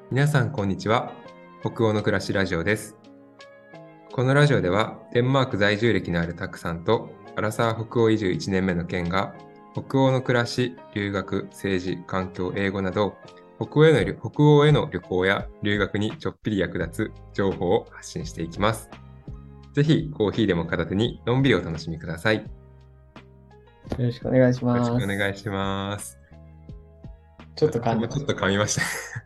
皆さんこんにちは。北欧の暮らしラジオです。このラジオではデンマーク在住歴のあるタクさんとアラサー北欧移住1年目のケンが北欧の暮らし、留学、政治、環境、英語など北欧への旅行や留学にちょっぴり役立つ情報を発信していきます。ぜひコーヒーでも片手にのんびりお楽しみください。よよろしくお願いしろしくおます。 願いします。 ちょっと噛んでます。 私もちょっと噛みました。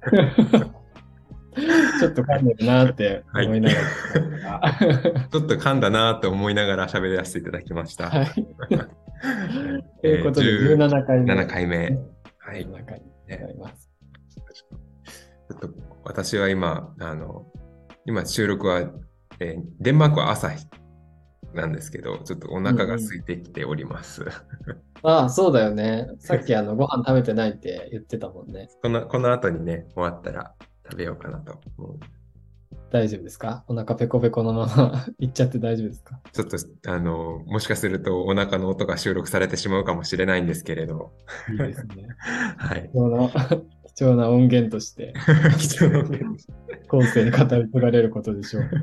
ちょっと噛んでるなってはい。 思いながら。 ちょっと噛んだなと思いながら喋らせていただきました。 はい。ということで、17回 17 目。 回目。はい。 17回になね、 ります。 ちょっと私は今収録は、デンマークは朝なんですけど、ちょっとお腹がうんうん。 空いてきております。 ああ、そうだよね。さっきご飯食べてないって言ってたもんね。 この後にね、終わったら食べようかなと思う。 大丈夫ですか？お腹ペコペコのまま行っちゃって大丈夫ですか？ ちょっと、もしかするとお腹の音が収録されてしまうかもしれないんですけれど。 いいですね。 はい。 貴重な、貴重な音源として貴重な音源です。 後世に語り継がれることでしょ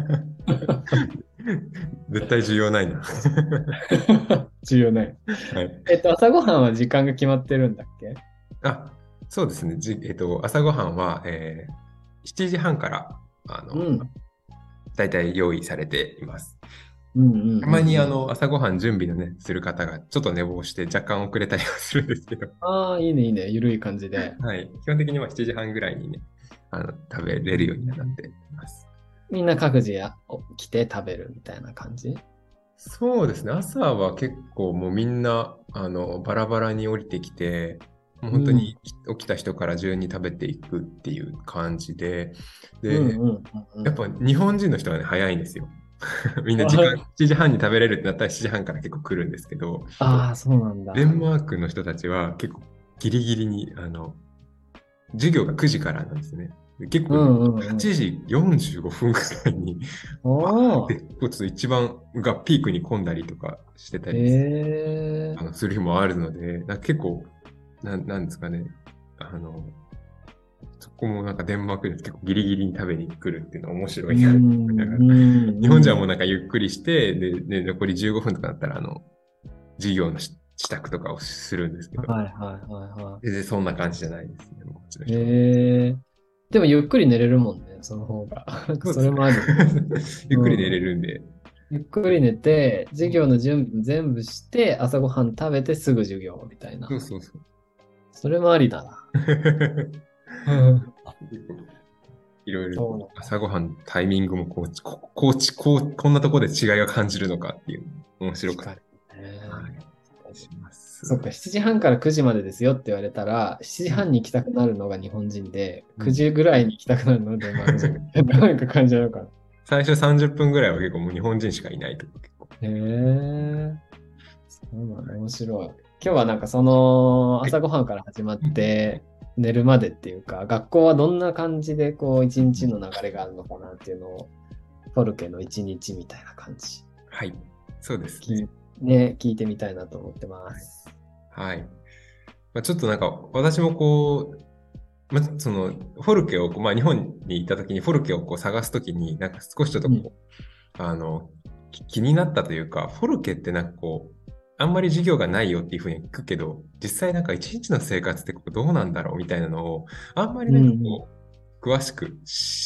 絶対重要ないな。 う。重要ない。 はい。 朝ごはんは時間が決まってるんだっけ？ あ、そうですね。朝ごはんは、7時半から、 うん。 だいたい用意されています。 うんうんうんたまにうん。 朝ごはん準備のね、する方がちょっと寝坊して若干遅れたりはするんですけど、 ああ、いいねいいね。ゆるい感じで。 はい。基本的には7時半ぐらいにね、食べれるようになっています。 みんな各自来て食べるみたいな感じ？ そうですね。朝は結構もうみんな、バラバラに降りてきて、もうう本当にん。 起きた人から順に食べていくっていう感じで、で、 うんうんうんうん。 やっぱ日本人の人はね、早いんですよ。みんな時間あ 7時半に食べれるってなったら7時半から結構来るんですけど、 あー、そうなんだ。 デンマークの人たちは結構ギリギリに、授業が9時からなんですね。で結構ね、 うんうんうん。 8時45分くらいに、 おバーって、 お。 ちょっと一番がピークに混んだりとかしてたへりえ。 する日もあるので、なんか結構、なんですかね、あの、そこもなんかデンマークで結構ギリギリに食べに来るっていうのは面白ういなと思いながら。 んうん日本人はうん。 もうなんかゆっくりして、で残り15分とかだったら、授業の支度とかをするんですけど、 はいはいはいは全然そんな感じじゃないですね、もうこっちのい。 人は。 へえ。でもゆっくり寝れるもんね、その方が。なんかそそうですね。 れもある。 ゆっくり寝うん。 れるんで。 ゆっくり寝て、授業の準備全部して、朝ごはん食べてすぐ授業みたいな。 そうそうそう。 それもありだな。うん。 いろいろそうなんだ。 朝ごはんタイミングもこんなところで違いが感じるのかっていう、面白かっ確かにた。はね。 い。 確かに。 します。 そっか、7時半から9時までですよって言われたら、7時半に行きたくなるのが日本人で、9 うん。 時ぐらいに行きたくなるのがデンマーク人みたいななんか感じなのかな。 最初30分ぐらいは結構もう日本人しかいないとか結構。 へえ、そうなんだ、面白い。今日はなんかそのはい。 朝ごはんから始まっうんうんて寝るまでっていうか、学校はどんな感じでこう一うんうん。 日の流れがあるのかなっていうのを、フォルケの一日みたいな感じ、 はい。そうですね。 聞聞いてみたいなと思ってまはい。 す。 はい。ちょっとなんか私もそのフォルケを日本に行った時にフォルケを探す時になんか少しちょっとうん。 気になったというか、フォルケってなんかあんまり授業がないよっていうふうに聞くけど、実際なんか一日の生活ってどうなんだろうみたいなのを、あんまりなんかうんうん。 詳しく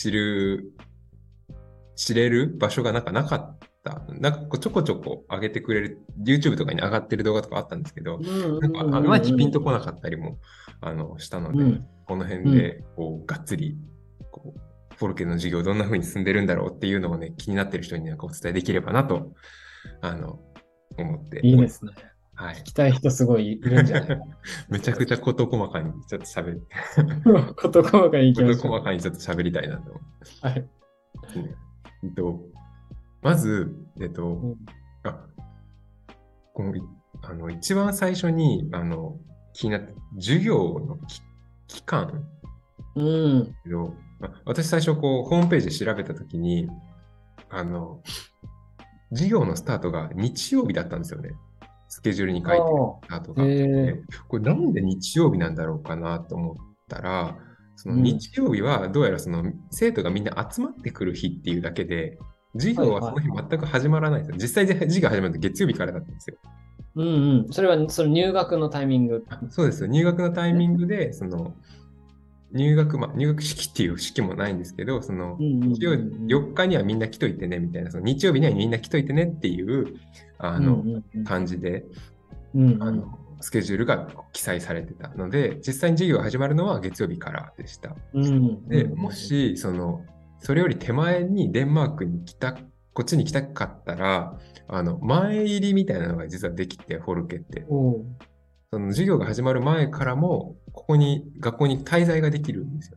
知れる場所がなんかなかった。なんかちょこちょこ上げてくれる、YouTube とかに上がってる動画とかあったんですけど、 うんうなんかいまいちピンとこんうんなかったりも、したので、 うん。 このうん。うん。 辺で、がっつり、フォルケの授業どんな風に進んでるんだろうっていうのをね、気になってる人になんかお伝えできればなと、あの、思っております。 いいですね。 はい。 聞きたい人すごいいるんじゃないか。 めちゃくちゃ事細かにちょっと喋り、 事細かに行きま事しょう。 細かにちょっと喋りたいなと思いはい。 ますね。まず、 うん。 あ、このい一番最初に、気になった授業の期間うん。 けど、私最初ホームページで調べたときに、あの、授業のスタートが日曜日だったんですよね。スケジュールに書いてるああ。 スタートへが。 え。 で、これなんで日曜日なんだろうかなと思ったら、 その日曜日はどうやらその生徒がみんな集まってくる日っていうだけで、授業はその日全く始まらないんですよ。実際授業始まるの月曜日からだったんですよ。 うんうん。それは、その入学のタイミング。 そうですよ。入学のタイミングで、その入学式っていう式もないんですけど、その一応4日にはみんな来といてねみたいな、その日曜日にはみんな来といてねっていう感じで、スケジュールが記載されてたので、実際に授業が始まるのは月曜日からでした。で、もし、それより手前にデンマークにこっちに来たかったら、前入りみたいなのが実はできて、フォルケって。その授業が始まる前からも、学校に滞在ができるんですよ。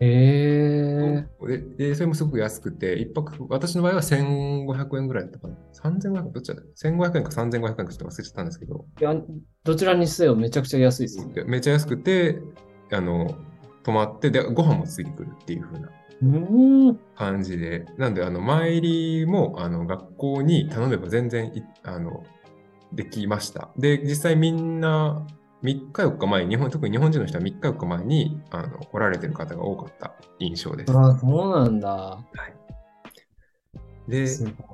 で、それもすごく安くて、一泊、私の場合は1500円ぐらいだったかな。3500円、どっちだった ?1500 円か3500円かちょっと忘れちゃったんですけど。 いや、どちらにせよめちゃくちゃ安いですね。 めっちゃ安くて、泊まって、で、ご飯もついてくるっていう風な感じで。なんで、前入りも、学校に頼めば全然できました。で、実際みんな、3日4日前に、特に日本人の人は3日4日前に来られてる方が多かった印象です。 ああ、そうなんだ。はい。で、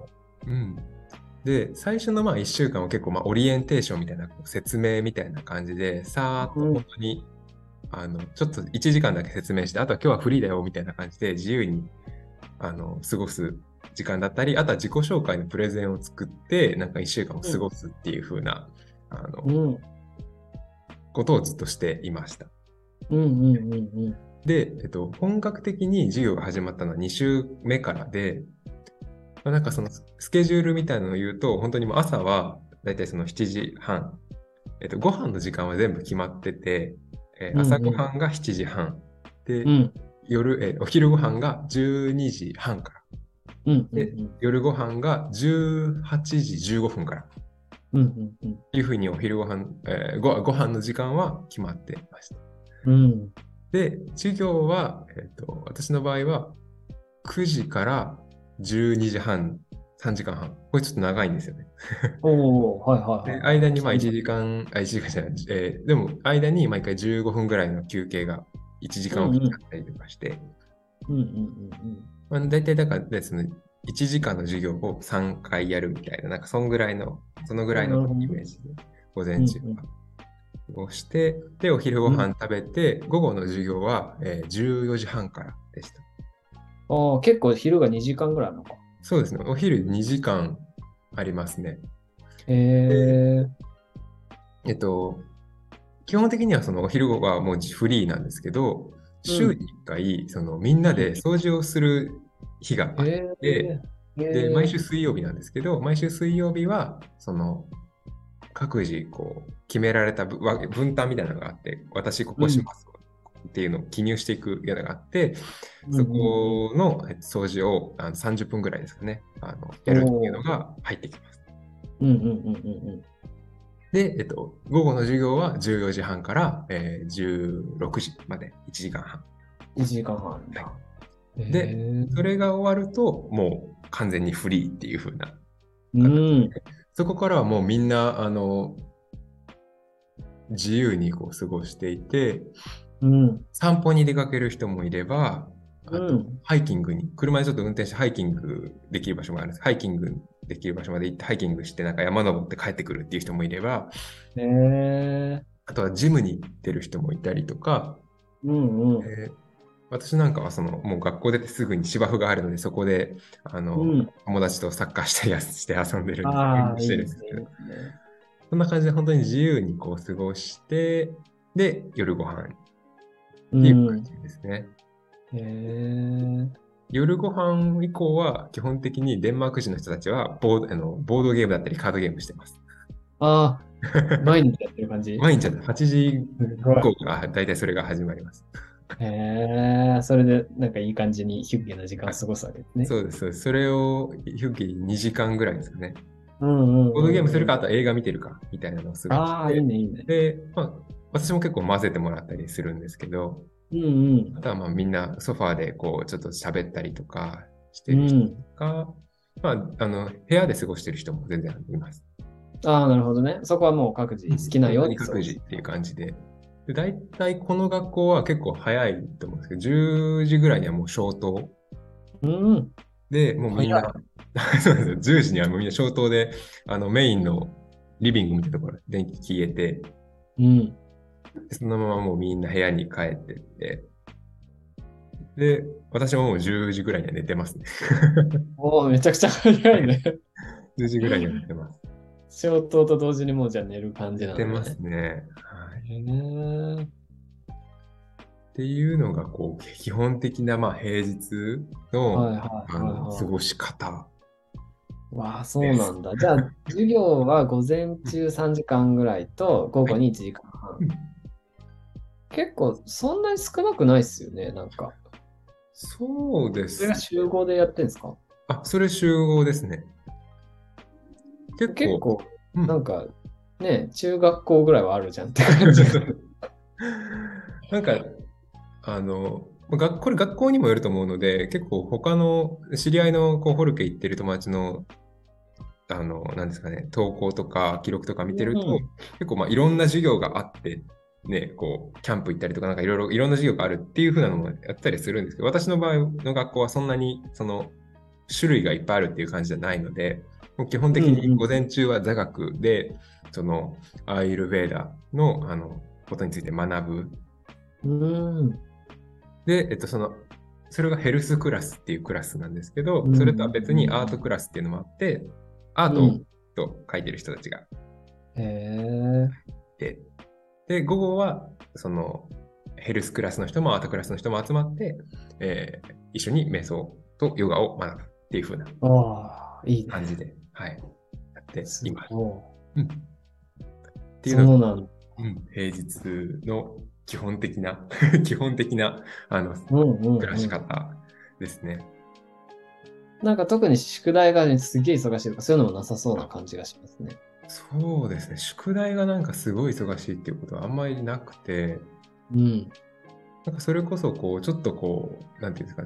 で、最初の1週間は結構オリエンテーションみたいな説明みたいな感じで、さーっと本当に、ちょっと1時間だけ説明して、あとは今日はフリーだよみたいな感じで自由に過ごす時間だったり、あとは自己紹介のプレゼンを作って、なんか1週間を過ごすっていう風な、ことをずっとしていました。で、本格的に授業が始まったのは2週目からで、なんかそのスケジュールみたいなのを言うと、本当にもう朝はだいたいその7時半、ご飯の時間は全部決まってて、朝ごはんが7時半、で、お昼ご飯が12時半から、で夜ご飯が18時15分から、っていうふうにお昼ご飯、ご飯の時間は決まってました。で、授業は、私の場合は9時から12時半、3時間半。これちょっと長いんですよね。で、間に1時間、1時間じゃない、でも間に毎回15分ぐらいの休憩が1時間起きちゃったりとかして、大体だからですね、1時間の授業を3回やるみたいな、なんかそのぐらいのイメージで、午前中は過ごして、で、お昼ご飯食べて、午後の授業は、14時半からでした。 結構昼が2時間ぐらいなのか。 そうですね。お昼2時間ありますね。基本的にはそのお昼はもうフリーなんですけど、週に1回、みんなで掃除をする日があって、で、毎週水曜日なんですけど、毎週水曜日は、各自決められた分担みたいなのがあって、私ここしますっていうのを記入していくやつがあって、そこの掃除を30分ぐらいですかね、やるっていうのが入ってきます。で、午後の授業は14時半から、16時まで1時間半。 1時間半。 で、それが終わると、もう完全にフリーっていう風な形で、そこからはもうみんな、自由に過ごしていて、散歩に出かける人もいれば、あと、ハイキングに、車でちょっと運転してハイキングできる場所もあるんです。ハイキングできる場所まで行ってハイキングしてなんか山登って帰ってくるっていう人もいれば、あとはジムに行ってる人もいたりとか、私なんかはもう学校出てすぐに芝生があるので、そこで友達とサッカーしたりして遊んでるんですけど、そんな感じで本当に自由に過ごして、で、夜ご飯っていう感じですね。夜ご飯以降は基本的にデンマーク人の人たちはボードゲームだったりカードゲームしてます。 毎日やってる感じ毎日やって8時以降が大体それが始まります。 それでなんかいい感じにヒュッゲな時間を過ごすわけですね。 そうです。それをヒュッゲ2時間ぐらいですかね。ボードゲームするか、あとは映画見てるかみたいなのをする。 いいね、いいね。 で、私も結構混ぜてもらったりするんですけど、あとはみんなソファーでちょっと喋ったりとかしてる人とか、部屋で過ごしてる人も全然います。 なるほどね。そこはもう各自好きなように各自っていう感じで。 で、大体この学校は結構早いと思うんですけど、10時ぐらいにはもう消灯うん。 で、もうみんな、 早い。 そうなんですよ。10時にはもうみんな消灯で、メインのリビングみたいなところで電気消えて、 うん。 でそのままもうみんな部屋に帰ってって、で、私ももう10時ぐらいには寝てますね。 おお、めちゃくちゃ早いね。 10時ぐらいには寝てます。 消灯と同時にもうじゃあ寝る感じ寝てますなんだね。 ね。はい。っへえ。 ていうのが、こう、基本的な、まあ、平日の、 はいはいはい過ごはい。 し方わあ、 です。 そうなんだ。じゃあ、授業は午前中3時間ぐらいと午はい。 後に1時間半。 うん。 結構、そんなに少なくないっすよね、なんか。 そうでそれがす。 集合でやってんですか？ あ、それ集合ですね。結構、 結構、 うん。 なんか、ね、中学校ぐらいはあるじゃんって感じ。 なんか、これ学校にもよると思うので、結構他の知り合いのこうホルケ行ってる友達の、なんですかね、投稿とか記録とか見てると、 うん。 結構まあいろんな授業があって、ね、こう、キャンプ行ったりとか、なんかいろんな授業があるっていう風なのもやったりするんですけど、私の場合の学校はそんなに、種類がいっぱいあるっていう感じじゃないので、もう基本うん的に午うん前中は座学で、アーユルヴェーダの、ことについて学ぶ。 うん。うん。 で、それがヘルスクラスっていうクラスなんですけど、 うんそれとは別にアートうんクラスっていうのもあって、アートをうん。 と書いてる人たちがへえ。 いて、で、午後は、ヘルスクラスの人もアートクラスの人も集まって、一緒に瞑想とヨガを学ぶっていう風なああ、いいね。 感じで、はい、やってすいます。 ごうん。ってい。 いうのが、 そうなんだ。 うん、平日の基本的な基本的な、 うんう暮らしんうん。 方ですね。 なんか特に宿題がね、すげえ忙しいとか、そういうのもなさそうな感じがしますね。 そうですね。宿題がなんかすごい忙しいっていうことはあんまりなくて、 うん。 なんかそれこそこう、ちょっとこう、なんていうんですか、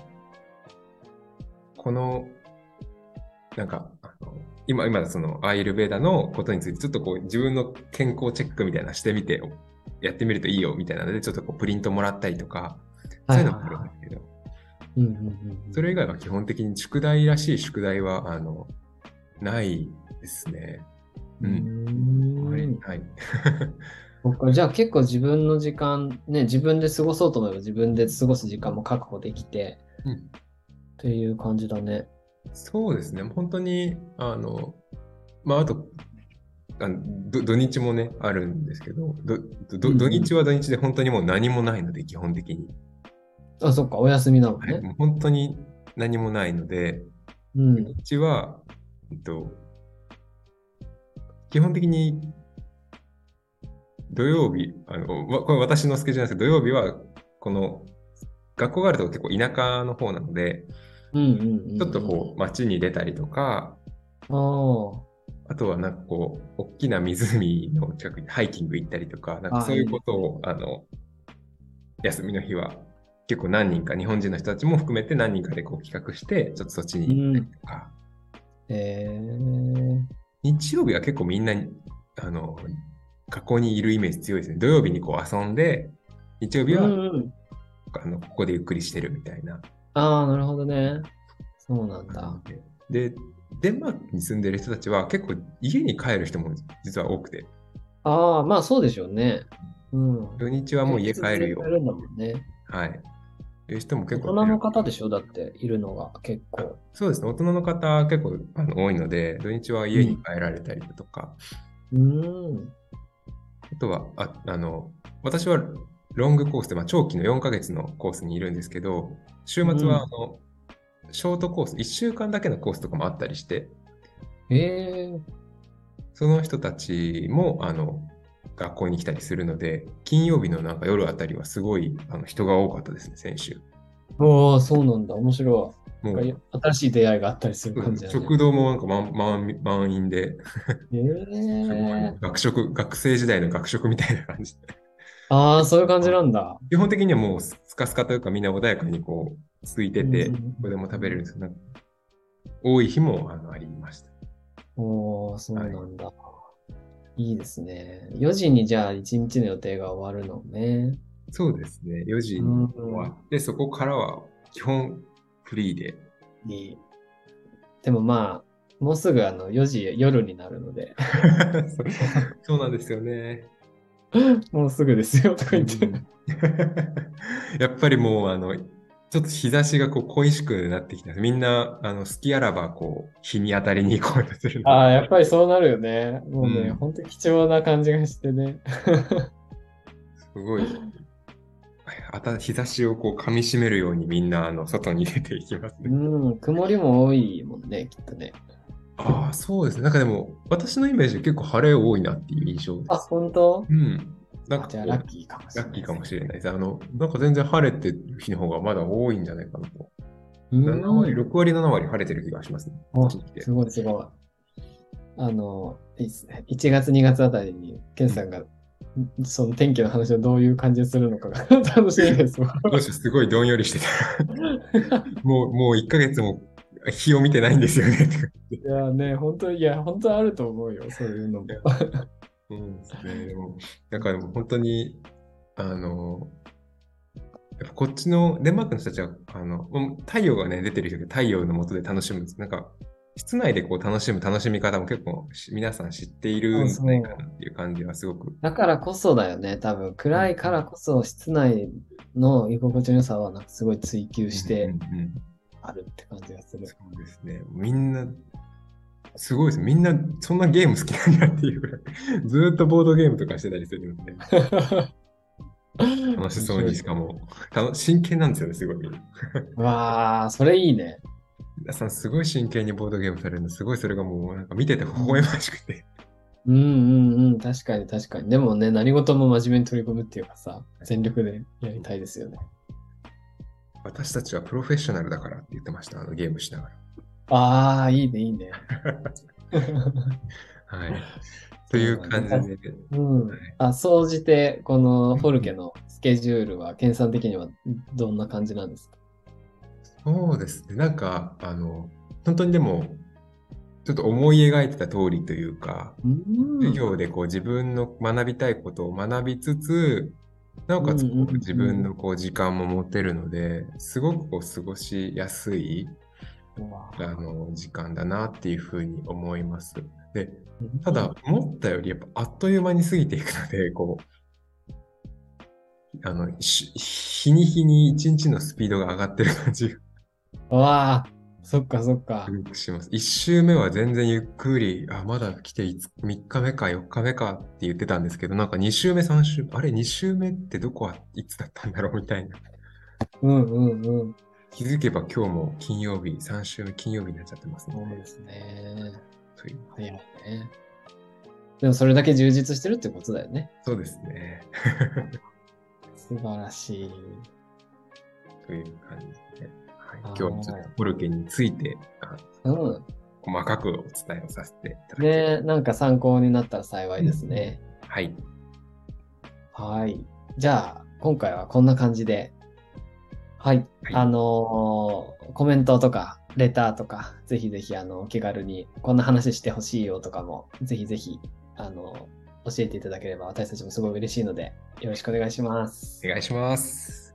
この、なんか、今アーユルヴェーダのことについて、ちょっとこう、自分の健康チェックみたいなしてみて、やってみるといいよみたいなので、ちょっとこう、プリントもらったりとか、 はいそういうのもあるんではいはすけど、 い。うんうんそれ以外は基本的に宿題らしい宿題は、ないですね。 ううん。あまんうん。 りない。 そっか、じゃあ結構自分の時間、ね、自分で過ごそうと思えば自分で過ごす時間も確保できてうん。 っていう感じだね。 そうですね。本当に、まあ、あと、土日もね、あるんですけど、土日うんうん。 は土日で本当にもう何もないので、基本的に。 あ、そっか、お休みなのはい、 ね。 もう本当に何もないので、土うん。 日は、えっと、基本的に土曜日、これ私のスケジュールなんですけど、土曜日は、この、学校があるとこ結構田舎の方なので、 うんうんちょっとうんこう、街に出たりとか、 うん。 あとはなんかこう、大きな湖の近くにハイキング行ったりとか、なんかああ、 そういういいですね。 ことを、休みの日は結構何人か、日本人の人たちも含めて何人かでこう企画して、ちょっとそっちに行ったりうん。 とか、 ええ。 日曜日は結構みんな、あの、学校にいるイメージ強いですね。土曜日にこう遊んで、日曜日うはんうん。 ここでゆっくりしてるみたいなああ、なるほどね。そうなんだ。 感じで。で、デンマークに住んでる人たちは結構家に帰る人も実は多くて、 ああ、まあそうでしょうね。うん。 土日はもう家平日ず帰るよ。 っといるんだもんね。 はい。いう人も結構い大人のる。 方でしょだっているのが結あ、 構。 そうですね。大人の方結構多いので、土日は家にうん。 帰られたりだとか、 うん。 あとは、私はロングコースで、まあ、長期の4ヶ月のコースにいるんですけど、週末はうん。 ショートコース、1週間だけのコースとかもあったりして、 ええ。 その人たちも学校に来たりするので、金曜日のなんか夜あたりはすごい人が多かったですね、先週。 おー、そうなんだ。面白い。なんもう、 か新しい出会いがあったりする感じだね。 食堂もなんか満員で、すごいもうええ。 学生時代の学食みたいな感じで。 ああ、そういう感じなんだ。 基本的にはもうスカスカというかみんな穏やかにこう、空いてうんうて、ここでも食べれるんんですけど、多い日もありました。 うん。おー、そはい。 うなんだ。 いいですね。4時にじゃあ1日の予定が終わるのね。 そうですね。4時うに終わん。 って、そこからは基本フリーで。 いい。でもまあ、もうすぐ4時夜になるので、 そうそうなんですよね。 もうすぐですよとか言って。 うん。やっぱりもう、ちょっと日差しがこう恋しくなってきた。みんな、好きあらば、こう、日に当たりに行こうとするので。 ああ、やっぱりそうなるよね。もうね、 うん。 本当に貴重な感じがしてね。 すごい、日差しをこう噛み締めるようにみんな、外に出ていきますね。 うん、曇りも多いもんね、きっとね。 ああ、そうですね。なんかでも、私のイメージ結構晴れ多いなっていう印象であ、 す。 本当？ うん。なんあ、じゃあラかこッキーかもう、ラッキーかしれないですね。 もしれないです。なんか全然晴れてる日の方がまだ多いんじゃないかなと。 う 7割、 ん。 6割、7割晴れてる気がしますね。こっちあ、 に来て。 すごいすごい。いいっすね。1月2月あたりに、ケンうん。 さんが、その天気の話をどういう感じでするのかが楽しみですわ。 どうしよう、すごいどんよりしてた。もう1ヶ月も日を見てないんですよね。とか言って。 いやね、本当に、いや、本当あると思うよ、そういうのも。 うんですね。でも、なんかでも本当に、あの、やっぱこっちのデンマークの人たちは、もう太陽がね、出てる日で太陽の下で楽しむんです。なんか、室内でこう楽しむ楽しみ方も結構皆さん知っているそうんじゃないかそう。 なっていう感じはすごく。 だからこそだよね、多分。 うん暗いからこそ、室内の居心地の良さは、なんかすごい追求うんしてうん。 あるって感じがする。 そうですね。みんな、すごいです。みんなそんなゲーム好きなんだっていうぐらい、ずーっとボードゲームとかしてたりするので、楽しそうに、 面白いね。 しかも、真剣なんですよね、すごい。 わあ、それいいね。 皆さんすごい真剣にボードゲームされるの、すごいそれがもうなんか見てて微笑ましくて。 うんうんうん、確かに確かに。でもね、何事も真面目に取り組むっていうかさ、全力でやりたいですよね。 私たちはプロフェッショナルだからって言ってました、ゲームしながああ、いいね、いいね。 ら。はい。というそうなんだ。 感じで、 うん。あ、総じて、このフォルケのスケジュールは、計算的にはどんな感じなんですか？ そうですね。なんか、本当にでも、ちょっと思い描いてた通りというか、 うん。 授業でこう自分の学びたいことを学びつつ、なおうんかつこううんうん。 自分のこう時間も持てるので、すごくこう過ごしやすいうわ時間だなっていうふうに思います。で、 うただん。 思ったよりやっぱあっという間に過ぎていくので、こう、日に日に一日のスピードが上がってる感じがうわあ、そっかそっすか。 ごくします。一周目は全然ゆっくり、あ、まだ来て3日目か4日目かって言ってたんですけど、なんか2週目、3週、あれ2週目ってどこはいつだったんだろうみたいな。 うんうんうん。 気づけば今日も金曜日、3週目金曜日になっちゃってますね。 そうですね。 という早いね。でもそれだけ充実してるってことだよね。 そうですね。 素晴らしい。 という感じで、はい、今日はちょっとはポルケについてい。うん。 細かくお伝えをさせていただきね、なんか参考になったら幸いですね。 はい。 はい。じゃあ、今回はこんな感じで、はい。 はい。 コメントとか、レターとか、ぜひぜひ、お気軽に、こんな話してほしいよとかも、ぜひぜひ、教えていただければ、私たちもすごい嬉しいので、よろしくお願いします。 お願いします。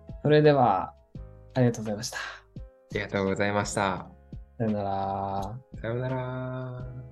それでは、ありがとうございました。 ありがとうございました。 さよなら。 さようなら。